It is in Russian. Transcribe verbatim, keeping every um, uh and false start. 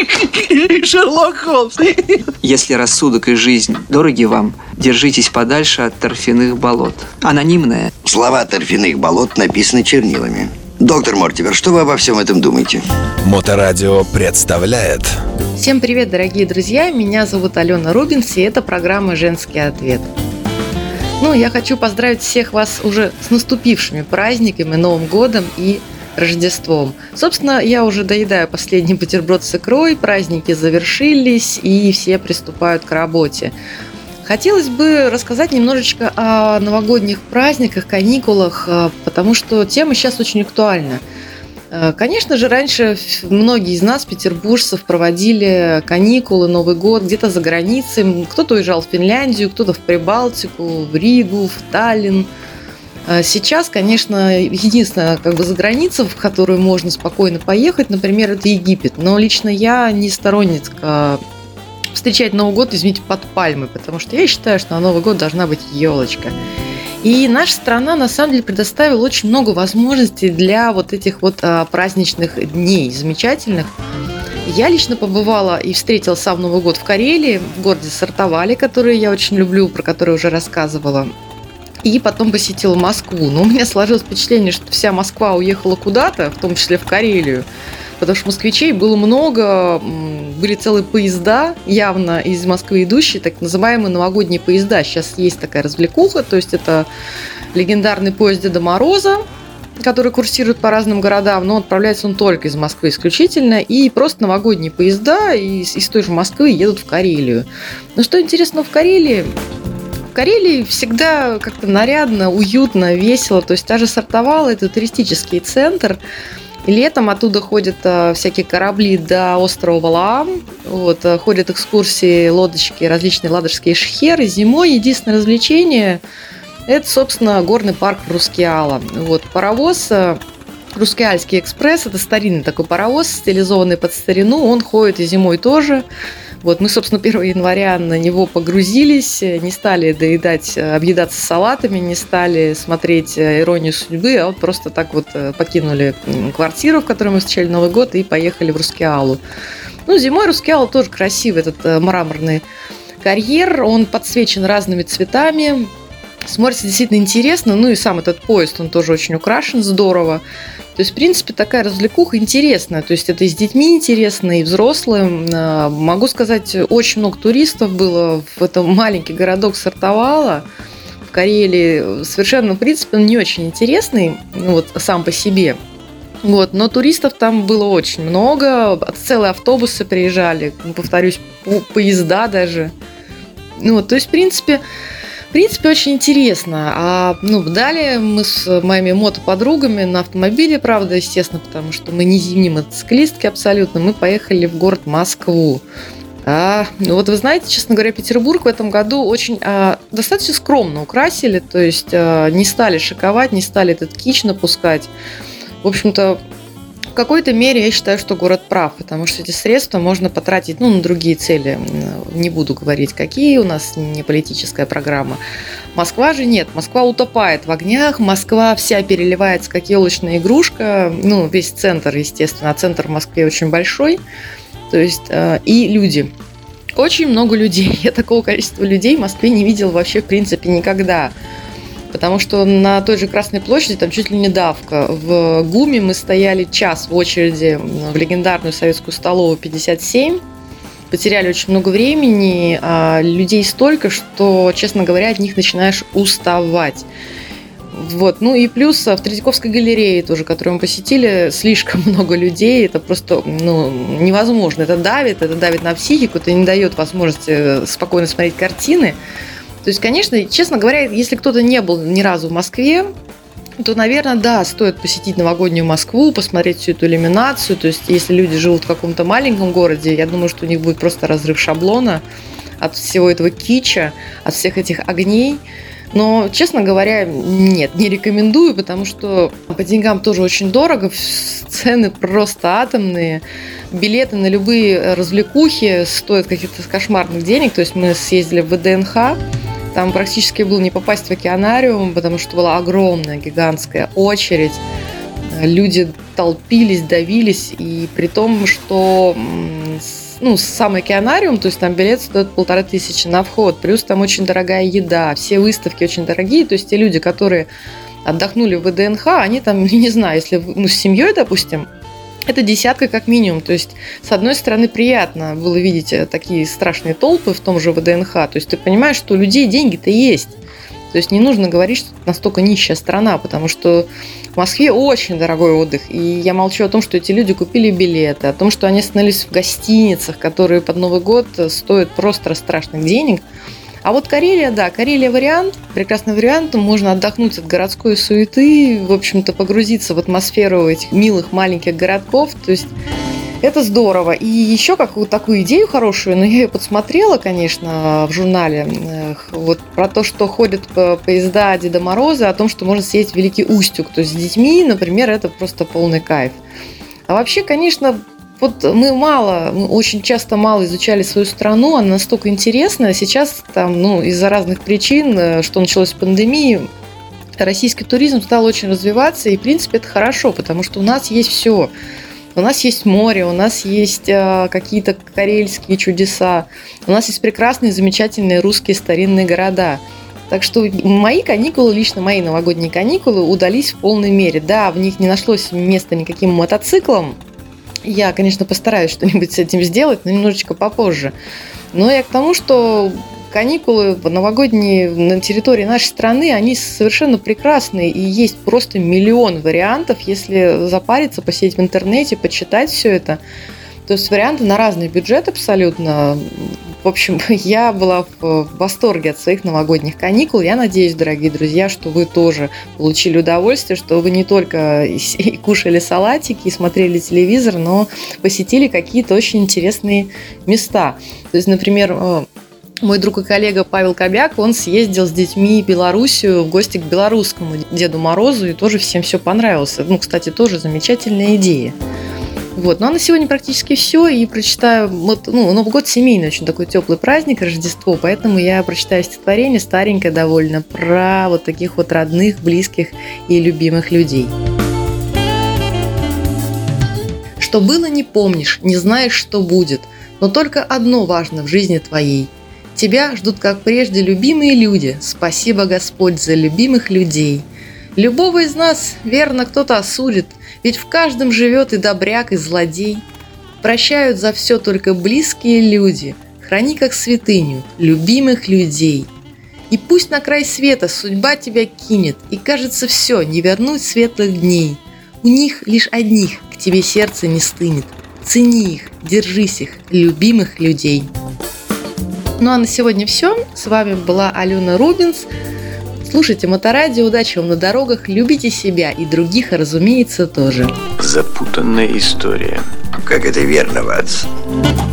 Шерлок Холмс. Если рассудок и жизнь дороги вам, держитесь подальше от торфяных болот. Анонимное. Слова торфяных болот написаны чернилами. Доктор Мортивер, что вы обо всем этом думаете? Моторадио представляет. Всем привет, дорогие друзья! Меня зовут Алена Рубинс, и это программа «Женский ответ». Ну, я хочу поздравить всех вас уже с наступившими праздниками, Новым годом и Рождеством. Собственно, я уже доедаю последний бутерброд с икрой, праздники завершились, и все приступают к работе. Хотелось бы рассказать немножечко о новогодних праздниках, каникулах, потому что тема сейчас очень актуальна. Конечно же, раньше многие из нас, петербуржцев, проводили каникулы, Новый год где-то за границей. Кто-то уезжал в Финляндию, кто-то в Прибалтику, в Ригу, в Таллин. Сейчас, конечно, единственная как бы заграница, в которую можно спокойно поехать, например, это Египет. Но лично я не сторонница встречать Новый год, извините, под пальмой, потому что я считаю, что на Новый год должна быть елочка. И наша страна, на самом деле, предоставила очень много возможностей для вот этих вот а, праздничных дней замечательных. Я лично побывала и встретила сам Новый год в Карелии, в городе Сартовали, который я очень люблю, про который уже рассказывала. И потом посетила Москву. Но у меня сложилось впечатление, что вся Москва уехала куда-то, в том числе в Карелию. Потому что москвичей было много, были целые поезда, явно из Москвы идущие, так называемые новогодние поезда. Сейчас есть такая развлекуха, то есть это легендарный поезд Деда Мороза, который курсирует по разным городам, но отправляется он только из Москвы исключительно, и просто новогодние поезда из, из той же Москвы едут в Карелию. Но что интересно в Карелии? В Карелии всегда как-то нарядно, уютно, весело, то есть та же Сартовала – это туристический центр. И летом оттуда ходят а, всякие корабли до острова Валаам, вот, а, ходят экскурсии, лодочки, различные ладожские шхеры. Зимой единственное развлечение – это, собственно, горный парк Рускеала. Вот, паровоз а, Рускеальский экспресс – это старинный такой паровоз, стилизованный под старину, он ходит и зимой тоже. Вот, мы, собственно, первого января на него погрузились, не стали доедать, объедаться салатами, не стали смотреть «Иронию судьбы», а вот просто так вот покинули квартиру, в которой мы встречали Новый год, и поехали в Рускеалу. Ну, зимой Рускеала тоже красивый, этот мраморный карьер, он подсвечен разными цветами, смотрится действительно интересно, ну и сам этот поезд, он тоже очень украшен здорово. То есть, в принципе, такая развлекуха интересная. То есть, это и с детьми интересно, и взрослым. Могу сказать, очень много туристов было в этом маленький городок Сартовала в Карелии. Совершенно, в принципе, он не очень интересный, ну, вот сам по себе. Вот, но туристов там было очень много. Целые автобусы приезжали, повторюсь, поезда даже. Ну, вот, то есть, в принципе... В принципе, очень интересно. А ну, далее мы с моими мотоподругами на автомобиле, правда, естественно, потому что мы не зимние мотоциклистки абсолютно, мы поехали в город Москву. А, ну вот вы знаете, честно говоря, Петербург в этом году очень а, достаточно скромно украсили, то есть а, не стали шиковать, не стали этот кич напускать. В общем-то, в какой-то мере я считаю, что город прав, потому что эти средства можно потратить ну, на другие цели. Не буду говорить, какие, у нас не политическая программа. Москва же нет, Москва утопает в огнях, Москва вся переливается, как елочная игрушка. Ну, весь центр, естественно, а центр в Москве очень большой. То есть, и люди. Очень много людей. Я такого количества людей в Москве не видела вообще, в принципе, никогда. Потому что на той же Красной площади там чуть ли не давка. В ГУМе мы стояли час в очереди в легендарную советскую столовую пятьдесят семь. Потеряли очень много времени, а людей столько, что, честно говоря, от них начинаешь уставать. Вот. Ну и плюс в Третьяковской галерее тоже, которую мы посетили, слишком много людей. Это просто ну, невозможно. Это давит, это давит на психику, это не дает возможности спокойно смотреть картины. То есть, конечно, честно говоря, если кто-то не был ни разу в Москве, то, наверное, да, стоит посетить новогоднюю Москву, посмотреть всю эту иллюминацию. То есть, если люди живут в каком-то маленьком городе, я думаю, что у них будет просто разрыв шаблона от всего этого кича, от всех этих огней. Но, честно говоря, нет, не рекомендую, потому что по деньгам тоже очень дорого, цены просто атомные. Билеты на любые развлекухи стоят каких-то кошмарных денег. То есть мы съездили в ВДНХ, там практически было не попасть в океанариум, потому что была огромная, гигантская очередь. люди толпились, давились, и при том, что ну, сам океанариум, то есть там билет стоит полторы тысячи на вход, плюс там очень дорогая еда, все выставки очень дорогие, то есть те люди, которые отдохнули в ВДНХ, они там, не знаю, если ну, с семьей, допустим, это десятка как минимум. То есть, с одной стороны, приятно было видеть такие страшные толпы в том же ВДНХ. То есть, ты понимаешь, что у людей деньги-то есть. То есть, не нужно говорить, что это настолько нищая страна, потому что в Москве очень дорогой отдых. И я молчу о том, что эти люди купили билеты, о том, что они остановились в гостиницах, которые под Новый год стоят просто страшных денег. А вот Карелия, да, Карелия вариант, прекрасный вариант, можно отдохнуть от городской суеты, в общем-то, погрузиться в атмосферу этих милых маленьких городков, то есть это здорово. И еще какую такую идею хорошую, но я ее подсмотрела, конечно, в журнале, вот про то, что ходят поезда Деда Мороза, о том, что можно съездить в Великий Устюг, то есть с детьми, например, это просто полный кайф. А вообще, конечно, вот мы мало, мы очень часто мало изучали свою страну, она настолько интересная. Сейчас там, ну, из-за разных причин, что началось с пандемии, российский туризм стал очень развиваться, и, в принципе, это хорошо, потому что у нас есть все. У нас есть море, у нас есть э, какие-то карельские чудеса, у нас есть прекрасные, замечательные русские старинные города. Так что мои каникулы, лично мои новогодние каникулы, удались в полной мере. Да, в них не нашлось места никаким мотоциклам. Я, конечно, постараюсь что-нибудь с этим сделать, но немножечко попозже. Но я к тому, что каникулы новогодние на территории нашей страны, они совершенно прекрасные. И есть просто миллион вариантов, если запариться, посидеть в интернете, почитать все это. То есть варианты на разный бюджет абсолютно. В общем, я была в восторге от своих новогодних каникул. Я надеюсь, дорогие друзья, что вы тоже получили удовольствие, что вы не только и кушали салатики, и смотрели телевизор, но посетили какие-то очень интересные места. То есть, например, мой друг и коллега Павел Кобяк, он съездил с детьми в Белоруссию в гости к белорусскому Деду Морозу, и тоже всем все понравилось. Ну, кстати, тоже замечательная идея. Вот. Ну, а на сегодня практически все, и прочитаю, вот, ну, Новый год семейный, очень такой теплый праздник, Рождество, поэтому я прочитаю стихотворение, старенькое довольно, про вот таких вот родных, близких и любимых людей. Что было, не помнишь, не знаешь, что будет, но только одно важно в жизни твоей. Тебя ждут, как прежде, любимые люди, спасибо, Господь, за любимых людей. Любого из нас, верно, кто-то осудит, ведь в каждом живет и добряк, и злодей. Прощают за все только близкие люди, храни как святыню любимых людей. И пусть на край света судьба тебя кинет, и кажется все, не вернуть светлых дней. У них лишь одних к тебе сердце не стынет, цени их, держись их, любимых людей. Ну а на сегодня все. С вами была Алена Рубинс. Слушайте Моторадио, удачи вам на дорогах, любите себя и других, разумеется, тоже. Запутанная история. Как это верно, Ватс?